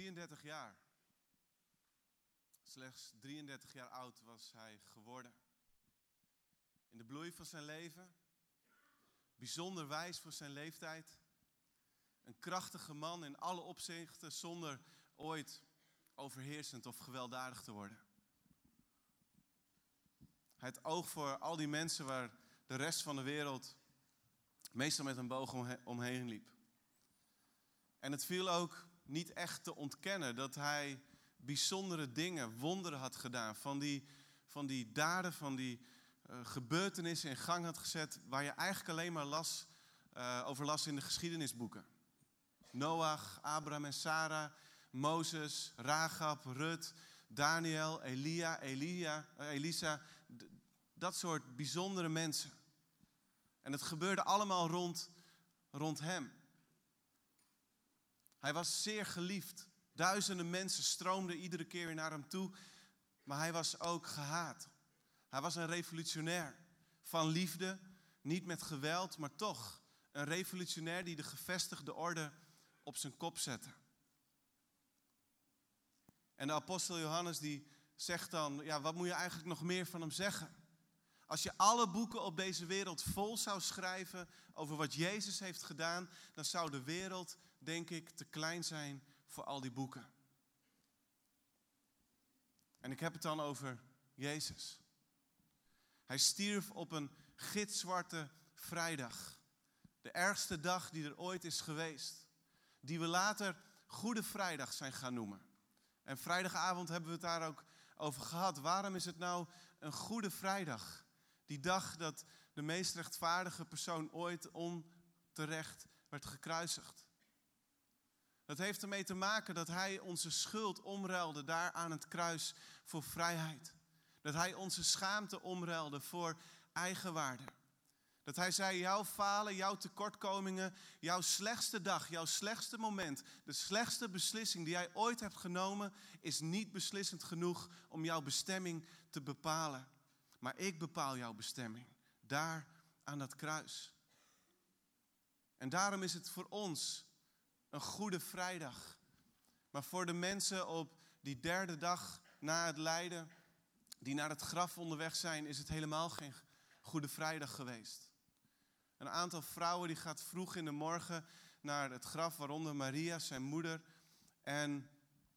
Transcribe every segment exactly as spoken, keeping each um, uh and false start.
drieëndertig jaar. Slechts drieëndertig jaar oud was hij geworden. In de bloei van zijn leven. Bijzonder wijs voor zijn leeftijd. Een krachtige man in alle opzichten zonder ooit overheersend of gewelddadig te worden. Hij had oog voor al die mensen waar de rest van de wereld meestal met een boog omhe- omheen liep. En het viel ook niet echt te ontkennen dat hij bijzondere dingen, wonderen had gedaan. Van die, van die daden, van die uh, gebeurtenissen in gang had gezet waar je eigenlijk alleen maar las, uh, over las in de geschiedenisboeken. Noach, Abraham en Sarah, Mozes, Rahab, Rut, Daniel, Elia, Elia, uh, Elisa. D- dat soort bijzondere mensen. En het gebeurde allemaal rond, rond hem. Hij was zeer geliefd. Duizenden mensen stroomden iedere keer weer naar hem toe. Maar hij was ook gehaat. Hij was een revolutionair. Van liefde, niet met geweld, maar toch. Een revolutionair die de gevestigde orde op zijn kop zette. En de apostel Johannes die zegt dan, ja, wat moet je eigenlijk nog meer van hem zeggen? Als je alle boeken op deze wereld vol zou schrijven over wat Jezus heeft gedaan, dan zou de wereld, denk ik, te klein zijn voor al die boeken. En ik heb het dan over Jezus. Hij stierf op een gitzwarte vrijdag. De ergste dag die er ooit is geweest. Die we later Goede Vrijdag zijn gaan noemen. En vrijdagavond hebben we het daar ook over gehad. Waarom is het nou een Goede Vrijdag? Die dag dat de meest rechtvaardige persoon ooit onterecht werd gekruisigd. Dat heeft ermee te maken dat hij onze schuld omruilde daar aan het kruis voor vrijheid. Dat hij onze schaamte omruilde voor eigenwaarde. Dat hij zei, jouw falen, jouw tekortkomingen, jouw slechtste dag, jouw slechtste moment, de slechtste beslissing die jij ooit hebt genomen, is niet beslissend genoeg om jouw bestemming te bepalen. Maar ik bepaal jouw bestemming, daar aan dat kruis. En daarom is het voor ons een Goede Vrijdag. Maar voor de mensen op die derde dag na het lijden, die naar het graf onderweg zijn, is het helemaal geen Goede Vrijdag geweest. Een aantal vrouwen die gaat vroeg in de morgen naar het graf, waaronder Maria, zijn moeder. En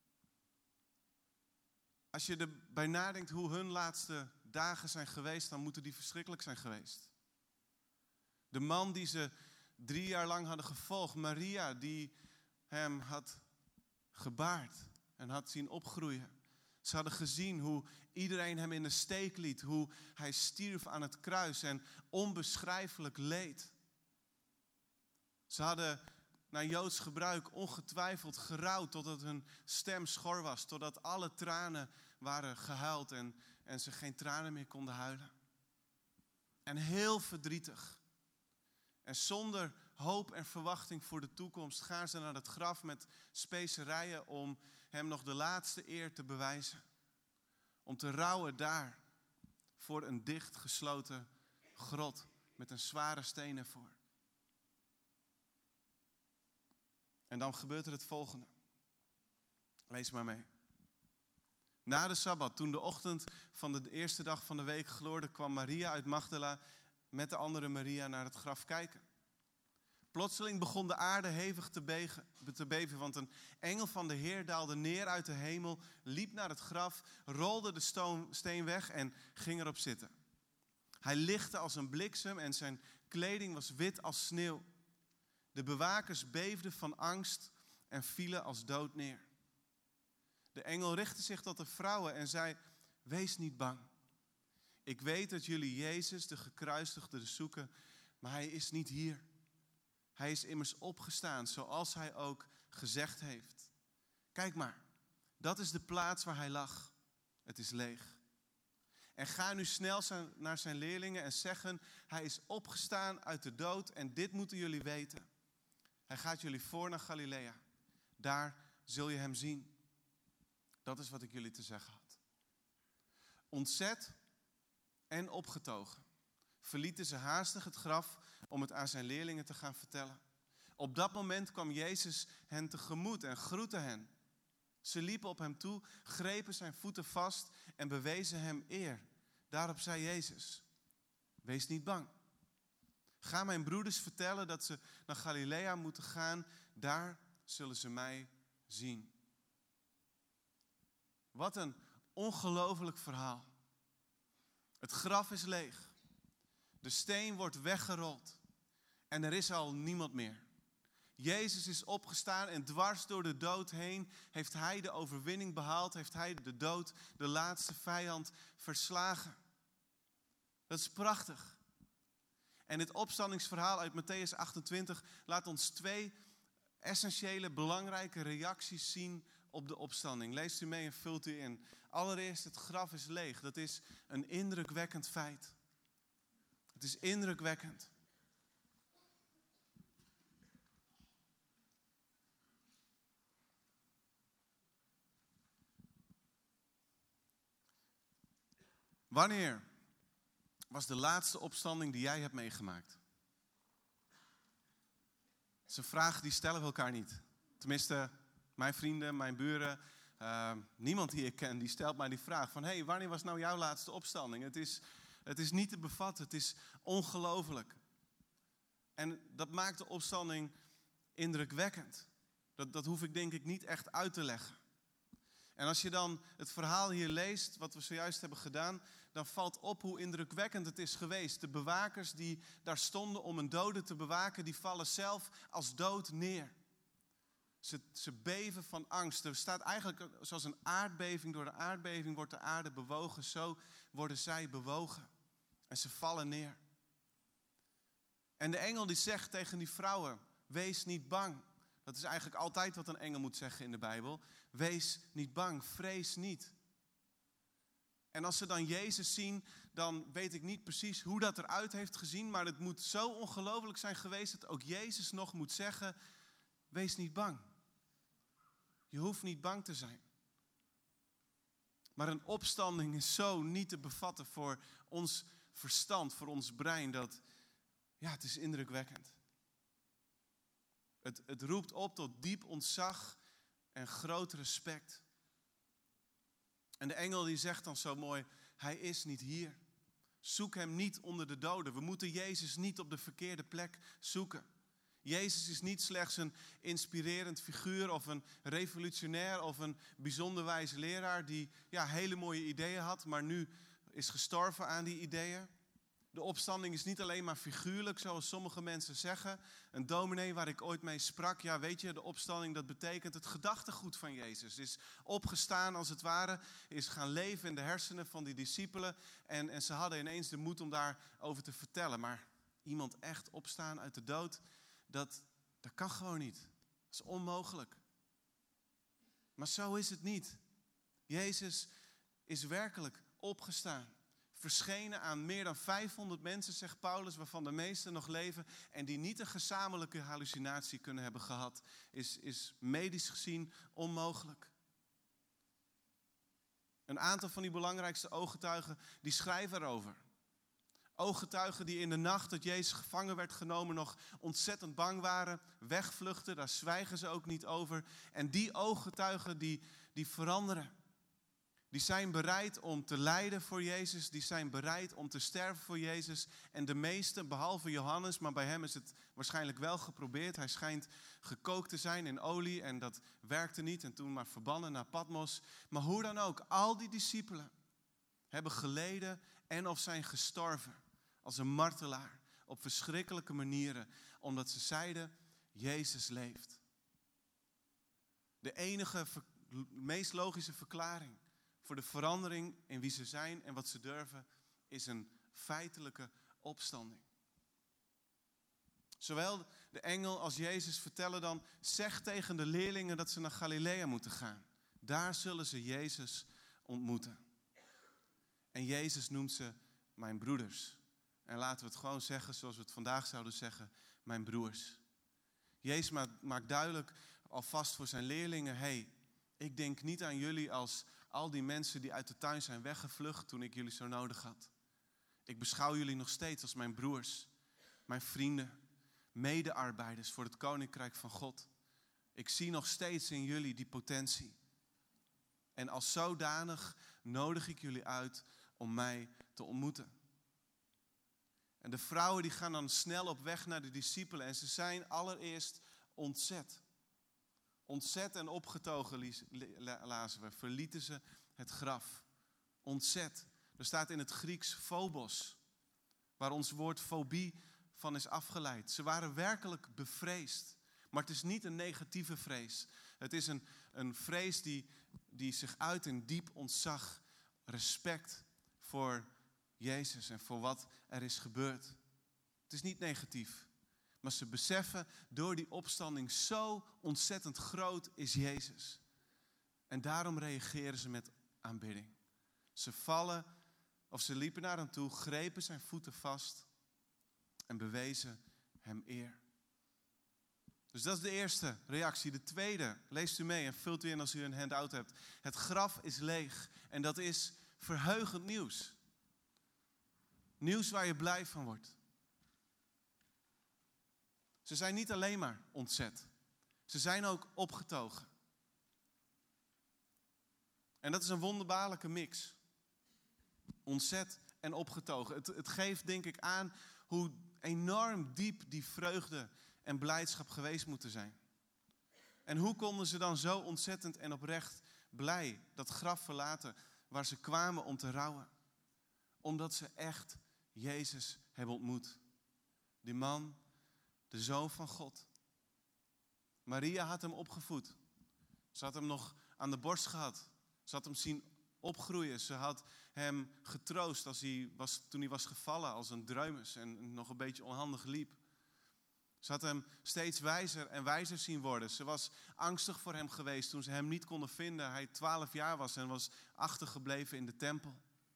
als je erbij nadenkt hoe hun laatste dagen zijn geweest, dan moeten die verschrikkelijk zijn geweest. De man die ze drie jaar lang hadden gevolgd, Maria, die hem had gebaard en had zien opgroeien. Ze hadden gezien hoe iedereen hem in de steek liet, hoe hij stierf aan het kruis en onbeschrijfelijk leed. Ze hadden naar Joods gebruik ongetwijfeld gerouwd totdat hun stem schor was, totdat alle tranen waren gehuild en, en ze geen tranen meer konden huilen. En heel verdrietig. En zonder hoop en verwachting voor de toekomst gaan ze naar het graf met specerijen om hem nog de laatste eer te bewijzen. Om te rouwen daar voor een dicht gesloten grot met een zware steen ervoor. En dan gebeurt er het volgende. Lees maar mee. Na de Sabbat, toen de ochtend van de eerste dag van de week gloorde, kwam Maria uit Magdala met de andere Maria naar het graf kijken. Plotseling begon de aarde hevig te beven, te beven, want een engel van de Heer daalde neer uit de hemel, liep naar het graf, rolde de stoom, steen weg en ging erop zitten. Hij lichtte als een bliksem en zijn kleding was wit als sneeuw. De bewakers beefden van angst en vielen als dood neer. De engel richtte zich tot de vrouwen en zei, wees niet bang. Ik weet dat jullie Jezus, de gekruisigde, zoeken, maar hij is niet hier. Hij is immers opgestaan, zoals hij ook gezegd heeft. Kijk maar, dat is de plaats waar hij lag. Het is leeg. En ga nu snel naar zijn leerlingen en zeggen, hij is opgestaan uit de dood en dit moeten jullie weten. Hij gaat jullie voor naar Galilea. Daar zul je hem zien. Dat is wat ik jullie te zeggen had. Ontzet en opgetogen verlieten ze haastig het graf om het aan zijn leerlingen te gaan vertellen. Op dat moment kwam Jezus hen tegemoet en groette hen. Ze liepen op hem toe, grepen zijn voeten vast en bewezen hem eer. Daarop zei Jezus, wees niet bang. Ga mijn broeders vertellen dat ze naar Galilea moeten gaan. Daar zullen ze mij zien. Wat een ongelooflijk verhaal. Het graf is leeg. De steen wordt weggerold. En er is al niemand meer. Jezus is opgestaan en dwars door de dood heen heeft hij de overwinning behaald. Heeft hij de dood, de laatste vijand, verslagen. Dat is prachtig. En dit opstandingsverhaal uit Mattheüs achtentwintig laat ons twee essentiële, belangrijke reacties zien op de opstanding. Leest u mee en vult u in. Allereerst, het graf is leeg. Dat is een indrukwekkend feit. Het is indrukwekkend. Wanneer was de laatste opstanding die jij hebt meegemaakt? Dat is een vraag die stellen we elkaar niet. Tenminste, mijn vrienden, mijn buren, uh, niemand die ik ken, die stelt mij die vraag van, hé, hey, wanneer was nou jouw laatste opstanding? Het is, het is niet te bevatten, het is ongelooflijk. En dat maakt de opstanding indrukwekkend. Dat, dat hoef ik denk ik niet echt uit te leggen. En als je dan het verhaal hier leest, wat we zojuist hebben gedaan, dan valt op hoe indrukwekkend het is geweest. De bewakers die daar stonden om een dode te bewaken, die vallen zelf als dood neer. Ze, ze beven van angst. Er staat eigenlijk zoals een aardbeving. Door de aardbeving wordt de aarde bewogen. Zo worden zij bewogen. En ze vallen neer. En de engel die zegt tegen die vrouwen, wees niet bang. Dat is eigenlijk altijd wat een engel moet zeggen in de Bijbel. Wees niet bang, vrees niet. En als ze dan Jezus zien, dan weet ik niet precies hoe dat eruit heeft gezien. Maar het moet zo ongelooflijk zijn geweest dat ook Jezus nog moet zeggen, wees niet bang. Je hoeft niet bang te zijn. Maar een opstanding is zo niet te bevatten voor ons verstand, voor ons brein. Dat, ja, het is indrukwekkend. Het, het roept op tot diep ontzag en groot respect. En de engel die zegt dan zo mooi, hij is niet hier. Zoek hem niet onder de doden. We moeten Jezus niet op de verkeerde plek zoeken. Jezus is niet slechts een inspirerend figuur of een revolutionair of een bijzonder wijze leraar die ja, hele mooie ideeën had, maar nu is gestorven aan die ideeën. De opstanding is niet alleen maar figuurlijk, zoals sommige mensen zeggen. Een dominee waar ik ooit mee sprak, ja weet je, de opstanding dat betekent het gedachtegoed van Jezus. Is opgestaan als het ware, is gaan leven in de hersenen van die discipelen. En, en ze hadden ineens de moed om daarover te vertellen. Maar iemand echt opstaan uit de dood, dat, dat kan gewoon niet. Dat is onmogelijk. Maar zo is het niet. Jezus is werkelijk opgestaan. Verschenen aan meer dan vijfhonderd mensen, zegt Paulus, waarvan de meesten nog leven en die niet een gezamenlijke hallucinatie kunnen hebben gehad, is, is medisch gezien onmogelijk. Een aantal van die belangrijkste ooggetuigen, die schrijven erover. Ooggetuigen die in de nacht dat Jezus gevangen werd genomen nog ontzettend bang waren, wegvluchten, daar zwijgen ze ook niet over. En die ooggetuigen die, die veranderen. Die zijn bereid om te lijden voor Jezus. Die zijn bereid om te sterven voor Jezus. En de meesten, behalve Johannes, maar bij hem is het waarschijnlijk wel geprobeerd. Hij schijnt gekookt te zijn in olie en dat werkte niet. En toen maar verbannen naar Patmos. Maar hoe dan ook, al die discipelen hebben geleden en of zijn gestorven. Als een martelaar. Op verschrikkelijke manieren. Omdat ze zeiden, Jezus leeft. De enige, meest logische verklaring voor de verandering in wie ze zijn en wat ze durven, is een feitelijke opstanding. Zowel de engel als Jezus vertellen dan, zeg tegen de leerlingen dat ze naar Galilea moeten gaan. Daar zullen ze Jezus ontmoeten. En Jezus noemt ze mijn broeders. En laten we het gewoon zeggen zoals we het vandaag zouden zeggen, mijn broers. Jezus maakt duidelijk alvast voor zijn leerlingen, hey, ik denk niet aan jullie als al die mensen die uit de tuin zijn weggevlucht toen ik jullie zo nodig had. Ik beschouw jullie nog steeds als mijn broers, mijn vrienden, medearbeiders voor het koninkrijk van God. Ik zie nog steeds in jullie die potentie. En als zodanig nodig ik jullie uit om mij te ontmoeten. En de vrouwen die gaan dan snel op weg naar de discipelen. En ze zijn allereerst ontzet. Ontzet en opgetogen, lazen we. Verlieten ze het graf. Ontzet. Er staat in het Grieks phobos. Waar ons woord fobie van is afgeleid. Ze waren werkelijk bevreesd. Maar het is niet een negatieve vrees. Het is een, een vrees die, die zich uit in diep ontzag. Respect voor Jezus en voor wat er is gebeurd. Het is niet negatief. Maar ze beseffen door die opstanding zo ontzettend groot is Jezus. En daarom reageren ze met aanbidding. Ze vallen of ze liepen naar hem toe, grepen zijn voeten vast en bewezen hem eer. Dus dat is de eerste reactie. De tweede, leest u mee en vult u in als u een handout hebt. Het graf is leeg en dat is verheugend nieuws. Nieuws waar je blij van wordt. Ze zijn niet alleen maar ontzet. Ze zijn ook opgetogen. En dat is een wonderbaarlijke mix. Ontzet en opgetogen. Het, het geeft denk ik aan hoe enorm diep die vreugde en blijdschap geweest moeten zijn. En hoe konden ze dan zo ontzettend en oprecht blij dat graf verlaten waar ze kwamen om te rouwen? Omdat ze echt Jezus hebben ontmoet. Die man, de Zoon van God. Maria had hem opgevoed. Ze had hem nog aan de borst gehad. Ze had hem zien opgroeien. Ze had hem getroost als hij was, toen hij was gevallen als een dreumes en nog een beetje onhandig liep. Ze had hem steeds wijzer en wijzer zien worden. Ze was angstig voor hem geweest toen ze hem niet konden vinden. Hij twaalf jaar was en was achtergebleven in de tempel.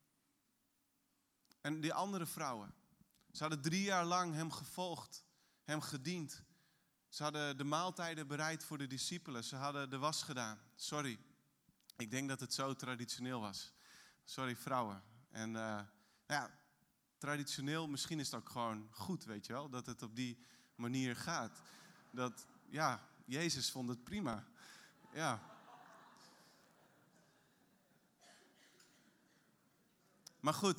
En die andere vrouwen, ze hadden drie jaar lang hem gevolgd, hem gediend. Ze hadden de maaltijden bereid voor de discipelen. Ze hadden de was gedaan. Sorry, ik denk dat het zo traditioneel was. Sorry vrouwen. En uh, ja, traditioneel, misschien is het ook gewoon goed, weet je wel, dat het op die manier gaat. Dat, ja, Jezus vond het prima. Ja. Maar goed.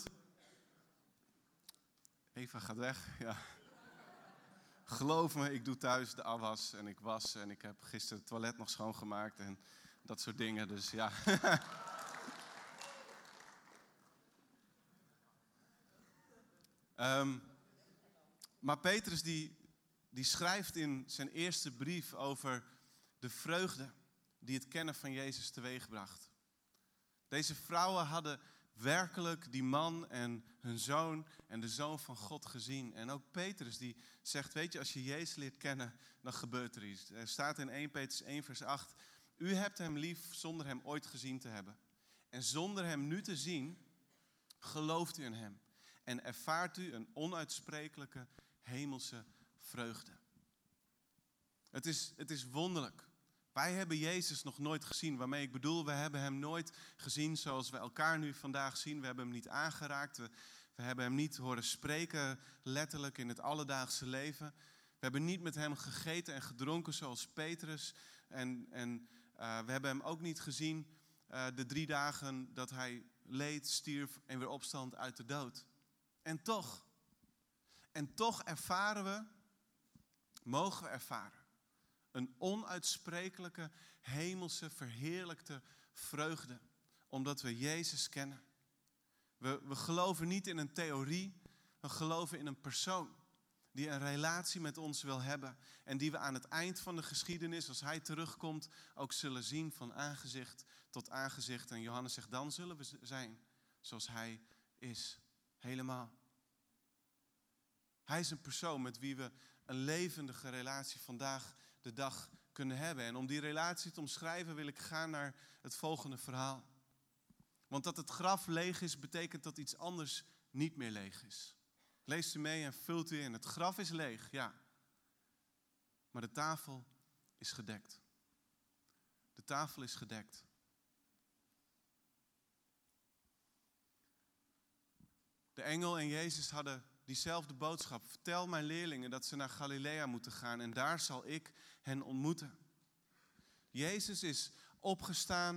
Eva gaat weg, ja. Geloof me, ik doe thuis de afwas en ik was en ik heb gisteren het toilet nog schoongemaakt en dat soort dingen, dus ja. um, maar Petrus die, die schrijft in zijn eerste brief over de vreugde die het kennen van Jezus teweegbracht. Deze vrouwen hadden werkelijk die man en hun zoon en de Zoon van God gezien. En ook Petrus die zegt, weet je, als je Jezus leert kennen, dan gebeurt er iets. Er staat in eerste Petrus één vers acht, u hebt hem lief zonder hem ooit gezien te hebben. En zonder hem nu te zien, gelooft u in hem. En ervaart u een onuitsprekelijke hemelse vreugde. Het is, het is wonderlijk. Wij hebben Jezus nog nooit gezien. Waarmee ik bedoel, we hebben hem nooit gezien zoals we elkaar nu vandaag zien. We hebben hem niet aangeraakt. We, we hebben hem niet horen spreken, letterlijk in het alledaagse leven. We hebben niet met hem gegeten en gedronken zoals Petrus. En, en uh, we hebben hem ook niet gezien uh, de drie dagen dat hij leed, stierf en weer opstond uit de dood. En toch, en toch ervaren we, mogen we ervaren, een onuitsprekelijke, hemelse, verheerlijkte vreugde. Omdat we Jezus kennen. We, we geloven niet in een theorie. We geloven in een persoon. Die een relatie met ons wil hebben. En die we aan het eind van de geschiedenis, als hij terugkomt, ook zullen zien van aangezicht tot aangezicht. En Johannes zegt, dan zullen we zijn zoals hij is. Helemaal. Hij is een persoon met wie we een levendige relatie vandaag de dag kunnen hebben. En om die relatie te omschrijven wil ik gaan naar het volgende verhaal. Want dat het graf leeg is, betekent dat iets anders niet meer leeg is. Leest u mee en vult u in. Het graf is leeg, ja. Maar de tafel is gedekt. De tafel is gedekt. De engel en Jezus hadden diezelfde boodschap. Vertel mijn leerlingen dat ze naar Galilea moeten gaan en daar zal ik hen ontmoeten. Jezus is opgestaan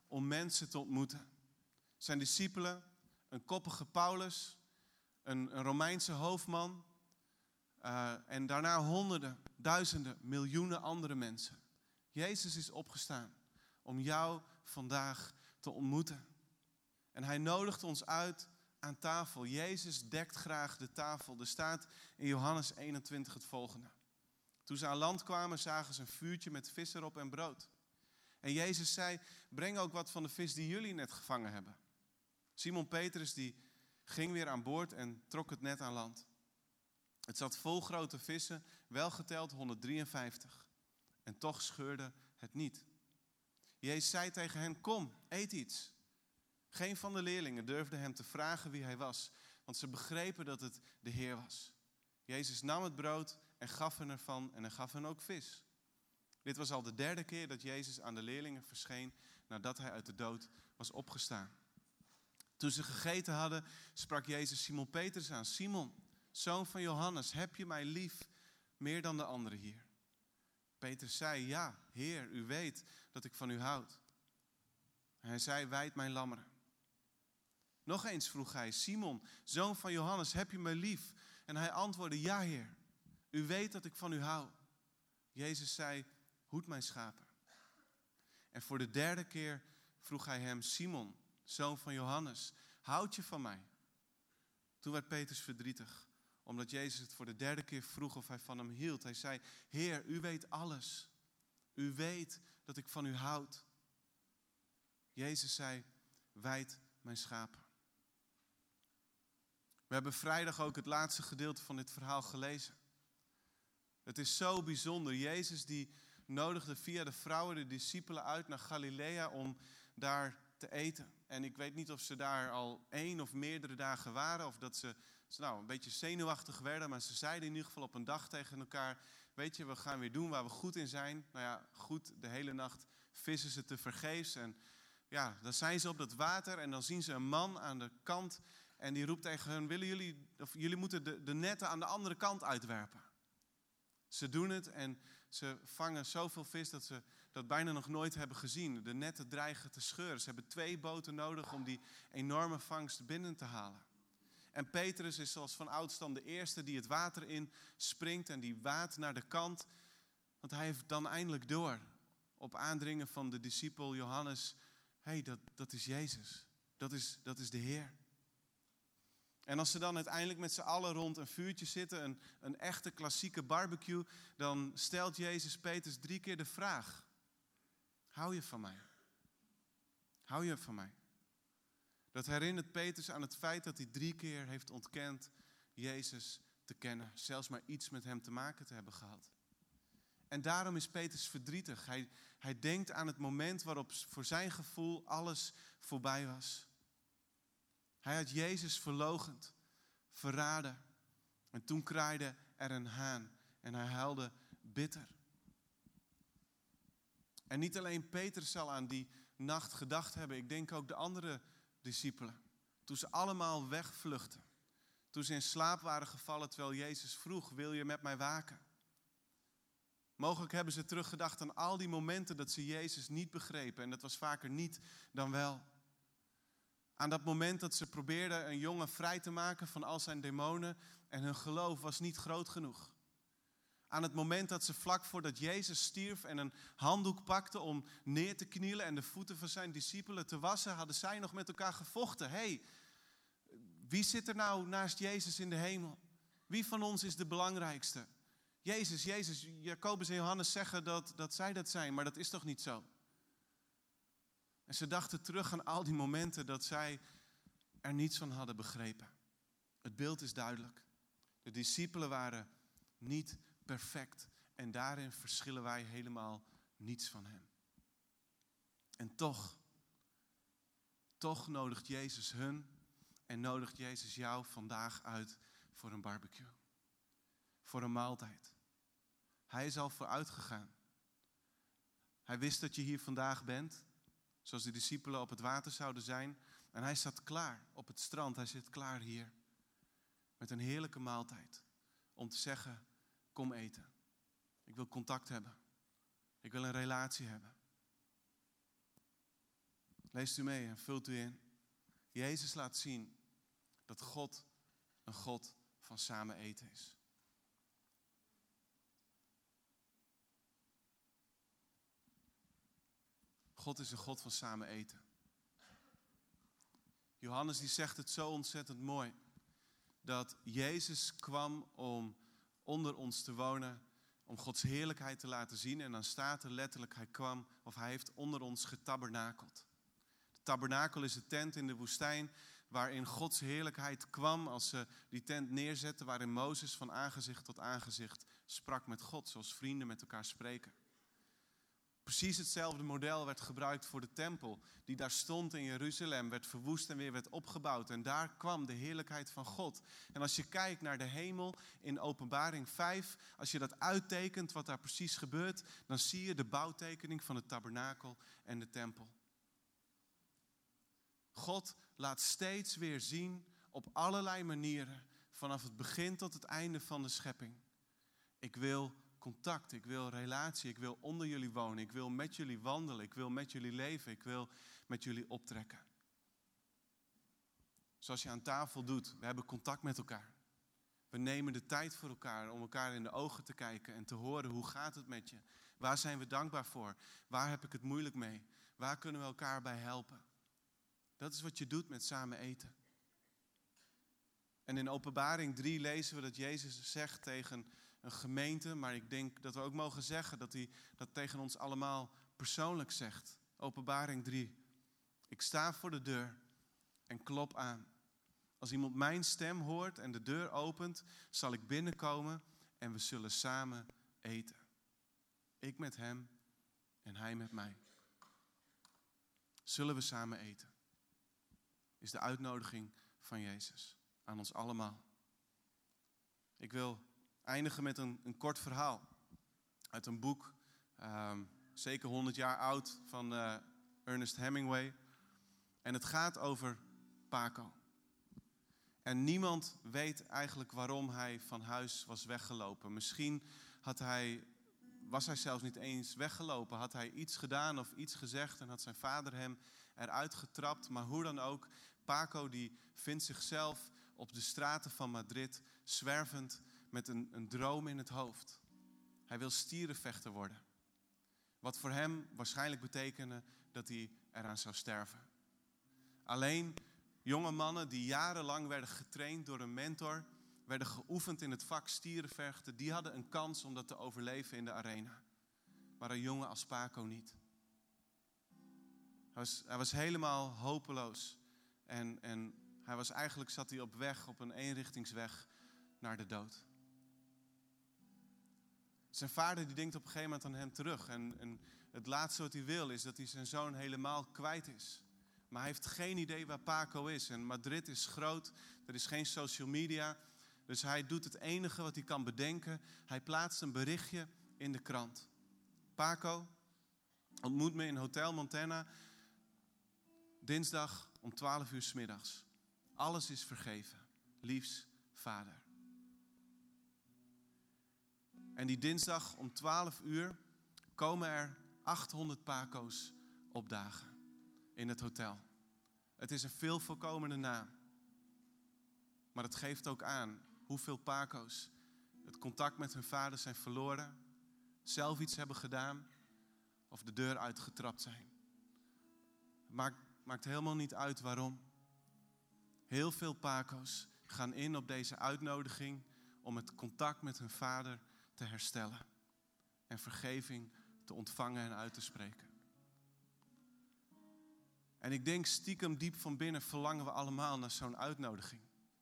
om mensen te ontmoeten. Zijn discipelen, een koppige Paulus, een, een Romeinse hoofdman uh, en daarna honderden, duizenden, miljoenen andere mensen. Jezus is opgestaan om jou vandaag te ontmoeten. En hij nodigt ons uit aan tafel. Jezus dekt graag de tafel. Er staat in Johannes eenentwintig het volgende. Toen ze aan land kwamen, zagen ze een vuurtje met vis erop en brood. En Jezus zei, breng ook wat van de vis die jullie net gevangen hebben. Simon Petrus die ging weer aan boord en trok het net aan land. Het zat vol grote vissen, wel geteld honderddrieënvijftig. En toch scheurde het niet. Jezus zei tegen hen, kom, eet iets. Geen van de leerlingen durfde hem te vragen wie hij was, want ze begrepen dat het de Heer was. Jezus nam het brood en gaf hen ervan en hij gaf hen ook vis. Dit was al de derde keer dat Jezus aan de leerlingen verscheen nadat hij uit de dood was opgestaan. Toen ze gegeten hadden, sprak Jezus Simon Petrus aan. Simon, zoon van Johannes, heb je mij lief meer dan de anderen hier? Petrus zei, ja, Heer, u weet dat ik van u houd. En hij zei, wijd mijn lammeren. Nog eens vroeg hij, Simon, zoon van Johannes, heb je mij lief? En hij antwoordde, ja, Heer, u weet dat ik van u hou. Jezus zei, hoed mijn schapen. En voor de derde keer vroeg hij hem, Simon, zoon van Johannes, houd je van mij? Toen werd Petrus verdrietig, omdat Jezus het voor de derde keer vroeg of hij van hem hield. Hij zei, Heer, u weet alles. U weet dat ik van u houd. Jezus zei, wijd mijn schapen. We hebben vrijdag ook het laatste gedeelte van dit verhaal gelezen. Het is zo bijzonder. Jezus die nodigde via de vrouwen de discipelen uit naar Galilea om daar te eten. En ik weet niet of ze daar al één of meerdere dagen waren of dat ze nou, een beetje zenuwachtig werden. Maar ze zeiden in ieder geval op een dag tegen elkaar, weet je, we gaan weer doen waar we goed in zijn. Nou ja, goed, de hele nacht vissen ze te vergeefs. En ja, dan zijn ze op dat water en dan zien ze een man aan de kant. En die roept tegen hen, willen jullie, of jullie moeten de, de netten aan de andere kant uitwerpen. Ze doen het en ze vangen zoveel vis dat ze dat bijna nog nooit hebben gezien. De netten dreigen te scheuren. Ze hebben twee boten nodig om die enorme vangst binnen te halen. En Petrus is zoals van ouds dan de eerste die het water in springt en die waadt naar de kant. Want hij heeft dan eindelijk door, op aandringen van de discipel Johannes, hé, hey, dat, dat is Jezus. Dat is, dat is de Heer. En als ze dan uiteindelijk met z'n allen rond een vuurtje zitten, een, een echte klassieke barbecue, dan stelt Jezus Petrus drie keer de vraag, hou je van mij? Hou je van mij? Dat herinnert Petrus aan het feit dat hij drie keer heeft ontkend Jezus te kennen. Zelfs maar iets met hem te maken te hebben gehad. En daarom is Petrus verdrietig. Hij, hij denkt aan het moment waarop voor zijn gevoel alles voorbij was. Hij had Jezus verloochend, verraden. En toen kraaide er een haan en hij huilde bitter. En niet alleen Petrus zal aan die nacht gedacht hebben. Ik denk ook de andere discipelen. Toen ze allemaal wegvluchten. Toen ze in slaap waren gevallen terwijl Jezus vroeg, wil je met mij waken? Mogelijk hebben ze teruggedacht aan al die momenten dat ze Jezus niet begrepen. En dat was vaker niet dan wel. Aan dat moment dat ze probeerden een jongen vrij te maken van al zijn demonen. En hun geloof was niet groot genoeg. Aan het moment dat ze vlak voordat Jezus stierf en een handdoek pakte om neer te knielen en de voeten van zijn discipelen te wassen, hadden zij nog met elkaar gevochten. Hé, hey, wie zit er nou naast Jezus in de hemel? Wie van ons is de belangrijkste? Jezus, Jezus, Jacobus en Johannes zeggen dat, dat zij dat zijn, maar dat is toch niet zo? En ze dachten terug aan al die momenten dat zij er niets van hadden begrepen. Het beeld is duidelijk. De discipelen waren niet perfect. En daarin verschillen wij helemaal niets van hem. En toch, toch nodigt Jezus hun en nodigt Jezus jou vandaag uit voor een barbecue. Voor een maaltijd. Hij is al vooruit gegaan. Hij wist dat je hier vandaag bent. Zoals de discipelen op het water zouden zijn. En hij staat klaar op het strand. Hij zit klaar hier. Met een heerlijke maaltijd. Om te zeggen, kom eten. Ik wil contact hebben. Ik wil een relatie hebben. Leest u mee en vult u in. Jezus laat zien dat God een God van samen eten is. God is een God van samen eten. Johannes die zegt het zo ontzettend mooi. Dat Jezus kwam om onder ons te wonen. Om Gods heerlijkheid te laten zien. En dan staat er letterlijk, hij kwam, of hij heeft onder ons getabernakeld. De tabernakel is de tent in de woestijn waarin Gods heerlijkheid kwam als ze die tent neerzetten. Waarin Mozes van aangezicht tot aangezicht sprak met God. Zoals vrienden met elkaar spreken. Precies hetzelfde model werd gebruikt voor de tempel. Die daar stond in Jeruzalem, werd verwoest en weer werd opgebouwd. En daar kwam de heerlijkheid van God. En als je kijkt naar de hemel in Openbaring vijf. Als je dat uittekent wat daar precies gebeurt. Dan zie je de bouwtekening van het tabernakel en de tempel. God laat steeds weer zien op allerlei manieren. Vanaf het begin tot het einde van de schepping. Ik wil contact, ik wil relatie, ik wil onder jullie wonen. Ik wil met jullie wandelen, ik wil met jullie leven. Ik wil met jullie optrekken. Zoals je aan tafel doet, we hebben contact met elkaar. We nemen de tijd voor elkaar om elkaar in de ogen te kijken en te horen hoe gaat het met je. Waar zijn we dankbaar voor? Waar heb ik het moeilijk mee? Waar kunnen we elkaar bij helpen? Dat is wat je doet met samen eten. En in Openbaring drie lezen we dat Jezus zegt tegen een gemeente, maar ik denk dat we ook mogen zeggen dat hij dat tegen ons allemaal persoonlijk zegt. Openbaring drie. Ik sta voor de deur en klop aan. Als iemand mijn stem hoort en de deur opent, zal ik binnenkomen en we zullen samen eten. Ik met hem en hij met mij. Zullen we samen eten? Is de uitnodiging van Jezus aan ons allemaal. Ik wil eindigen met een, een kort verhaal uit een boek, um, zeker honderd jaar oud, van uh, Ernest Hemingway. En het gaat over Paco. En niemand weet eigenlijk waarom hij van huis was weggelopen. Misschien had hij, was hij zelfs niet eens weggelopen. Had hij iets gedaan of iets gezegd en had zijn vader hem eruit getrapt. Maar hoe dan ook, Paco die vindt zichzelf op de straten van Madrid zwervend met een, een droom in het hoofd. Hij wil stierenvechter worden. Wat voor hem waarschijnlijk betekende dat hij eraan zou sterven. Alleen jonge mannen die jarenlang werden getraind door een mentor, werden geoefend in het vak stierenvechten, die hadden een kans om dat te overleven in de arena. Maar een jongen als Paco niet. Hij was, hij was helemaal hopeloos. En, en hij was eigenlijk zat hij op weg, op een eenrichtingsweg naar de dood. Zijn vader die denkt op een gegeven moment aan hem terug. En, en het laatste wat hij wil is dat hij zijn zoon helemaal kwijt is. Maar hij heeft geen idee waar Paco is. En Madrid is groot, er is geen social media. Dus hij doet het enige wat hij kan bedenken. Hij plaatst een berichtje in de krant. Paco, ontmoet me in Hotel Montana. Dinsdag om twaalf uur 's middags. Alles is vergeven. Liefs, vader. En die dinsdag om twaalf uur komen er achthonderd Paco's opdagen in het hotel. Het is een veel voorkomende naam. Maar het geeft ook aan hoeveel Paco's het contact met hun vader zijn verloren, zelf iets hebben gedaan of de deur uitgetrapt zijn. Het maakt, maakt helemaal niet uit waarom. Heel veel Paco's gaan in op deze uitnodiging om het contact met hun vader te herstellen. En vergeving te ontvangen en uit te spreken. En ik denk stiekem diep van binnen verlangen we allemaal naar zo'n uitnodiging.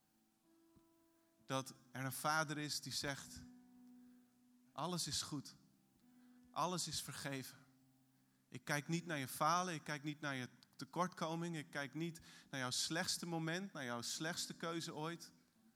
Dat er een vader is die zegt, alles is goed. Alles is vergeven. Ik kijk niet naar je falen, ik kijk niet naar je tekortkoming, ik kijk niet naar jouw slechtste moment, naar jouw slechtste keuze ooit.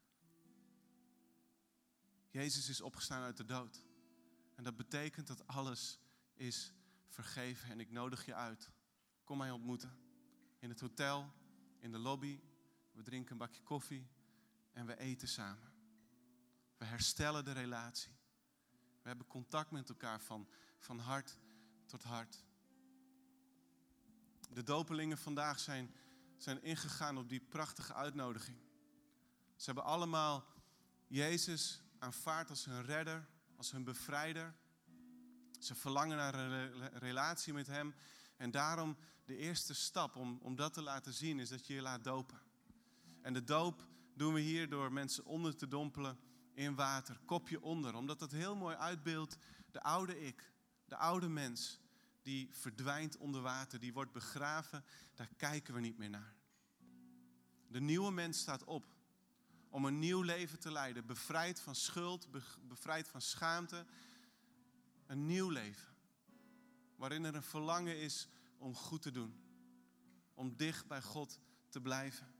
Jezus is opgestaan uit de dood. En dat betekent dat alles is vergeven. En ik nodig je uit. Kom mij ontmoeten. In het hotel, in de lobby. We drinken een bakje koffie en we eten samen. We herstellen de relatie. We hebben contact met elkaar van, van hart tot hart. De dopelingen vandaag zijn, zijn ingegaan op die prachtige uitnodiging. Ze hebben allemaal Jezus aanvaard als hun redder, als hun bevrijder. Ze verlangen naar een relatie met hem. En daarom de eerste stap om, om dat te laten zien is dat je je laat dopen. En de doop doen we hier door mensen onder te dompelen in water, kopje onder. Omdat dat heel mooi uitbeeldt de oude ik, de oude mens die verdwijnt onder water, die wordt begraven, daar kijken we niet meer naar. De nieuwe mens staat op om een nieuw leven te leiden, bevrijd van schuld, bevrijd van schaamte. Een nieuw leven, waarin er een verlangen is om goed te doen, om dicht bij God te blijven.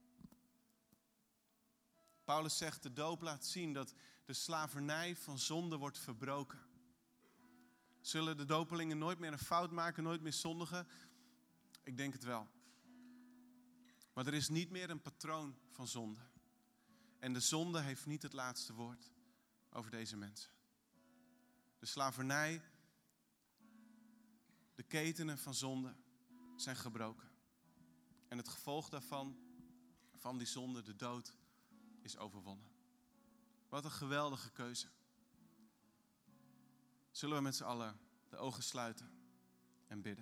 Paulus zegt, de doop laat zien dat de slavernij van zonde wordt verbroken. Zullen de dopelingen nooit meer een fout maken, nooit meer zondigen? Ik denk het wel. Maar er is niet meer een patroon van zonde. En de zonde heeft niet het laatste woord over deze mensen. De slavernij, de ketenen van zonde zijn gebroken. En het gevolg daarvan, van die zonde, de dood, is overwonnen. Wat een geweldige keuze. Zullen we met z'n allen de ogen sluiten en bidden.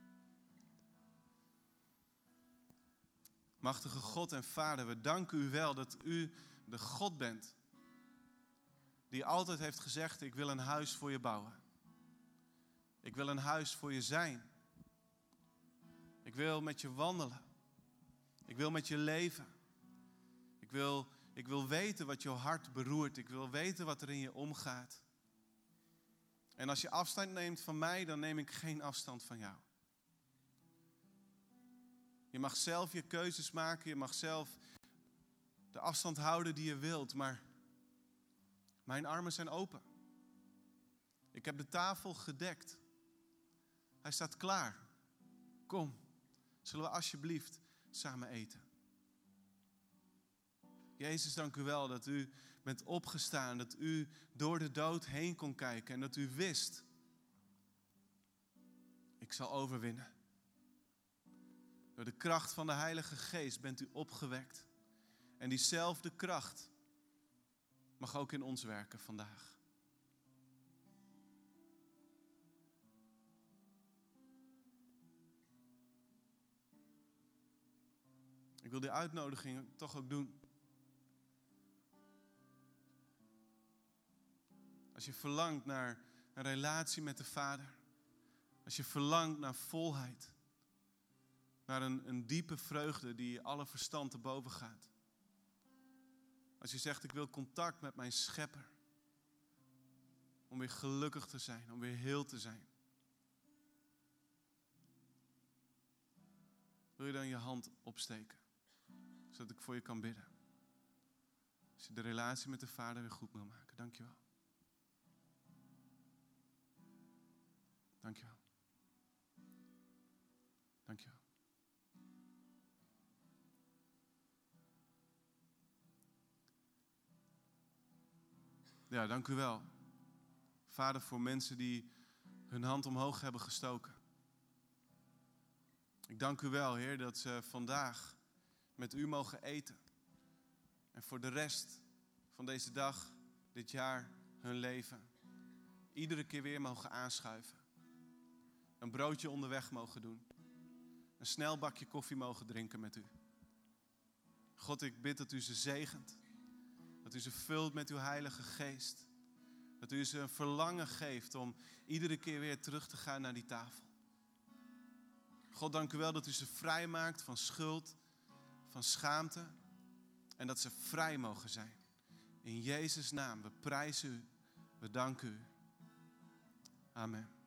Machtige God en Vader, we danken u wel dat u de God bent die altijd heeft gezegd, ik wil een huis voor je bouwen. Ik wil een huis voor je zijn. Ik wil met je wandelen. Ik wil met je leven. Ik wil, ik wil weten wat je hart beroert. Ik wil weten wat er in je omgaat. En als je afstand neemt van mij, dan neem ik geen afstand van jou. Je mag zelf je keuzes maken. Je mag zelf de afstand houden die je wilt. Maar mijn armen zijn open. Ik heb de tafel gedekt. Hij staat klaar. Kom, zullen we alsjeblieft samen eten. Jezus, dank u wel dat u bent opgestaan. Dat u door de dood heen kon kijken. En dat u wist, ik zal overwinnen. Door de kracht van de Heilige Geest bent u opgewekt. En diezelfde kracht mag ook in ons werken vandaag. Ik wil die uitnodiging toch ook doen. Als je verlangt naar een relatie met de Vader. Als je verlangt naar volheid. Naar een, een diepe vreugde die alle verstand te boven gaat. Als je zegt, ik wil contact met mijn schepper. Om weer gelukkig te zijn, om weer heel te zijn. Wil je dan je hand opsteken? Zodat ik voor je kan bidden. Als je de relatie met de Vader weer goed wil maken. Dank je wel. Dank je wel. Dank je wel. Ja, dank u wel. Vader, voor mensen die hun hand omhoog hebben gestoken. Ik dank u wel, Heer, dat ze vandaag met u mogen eten. En voor de rest van deze dag, dit jaar, hun leven, iedere keer weer mogen aanschuiven. Een broodje onderweg mogen doen. Een snel bakje koffie mogen drinken met u. God, ik bid dat u ze zegent. Dat u ze vult met uw Heilige Geest. Dat u ze een verlangen geeft om iedere keer weer terug te gaan naar die tafel. God, dank u wel dat u ze vrij maakt van schuld, van schaamte. En dat ze vrij mogen zijn. In Jezus' naam, we prijzen u, we danken u. Amen.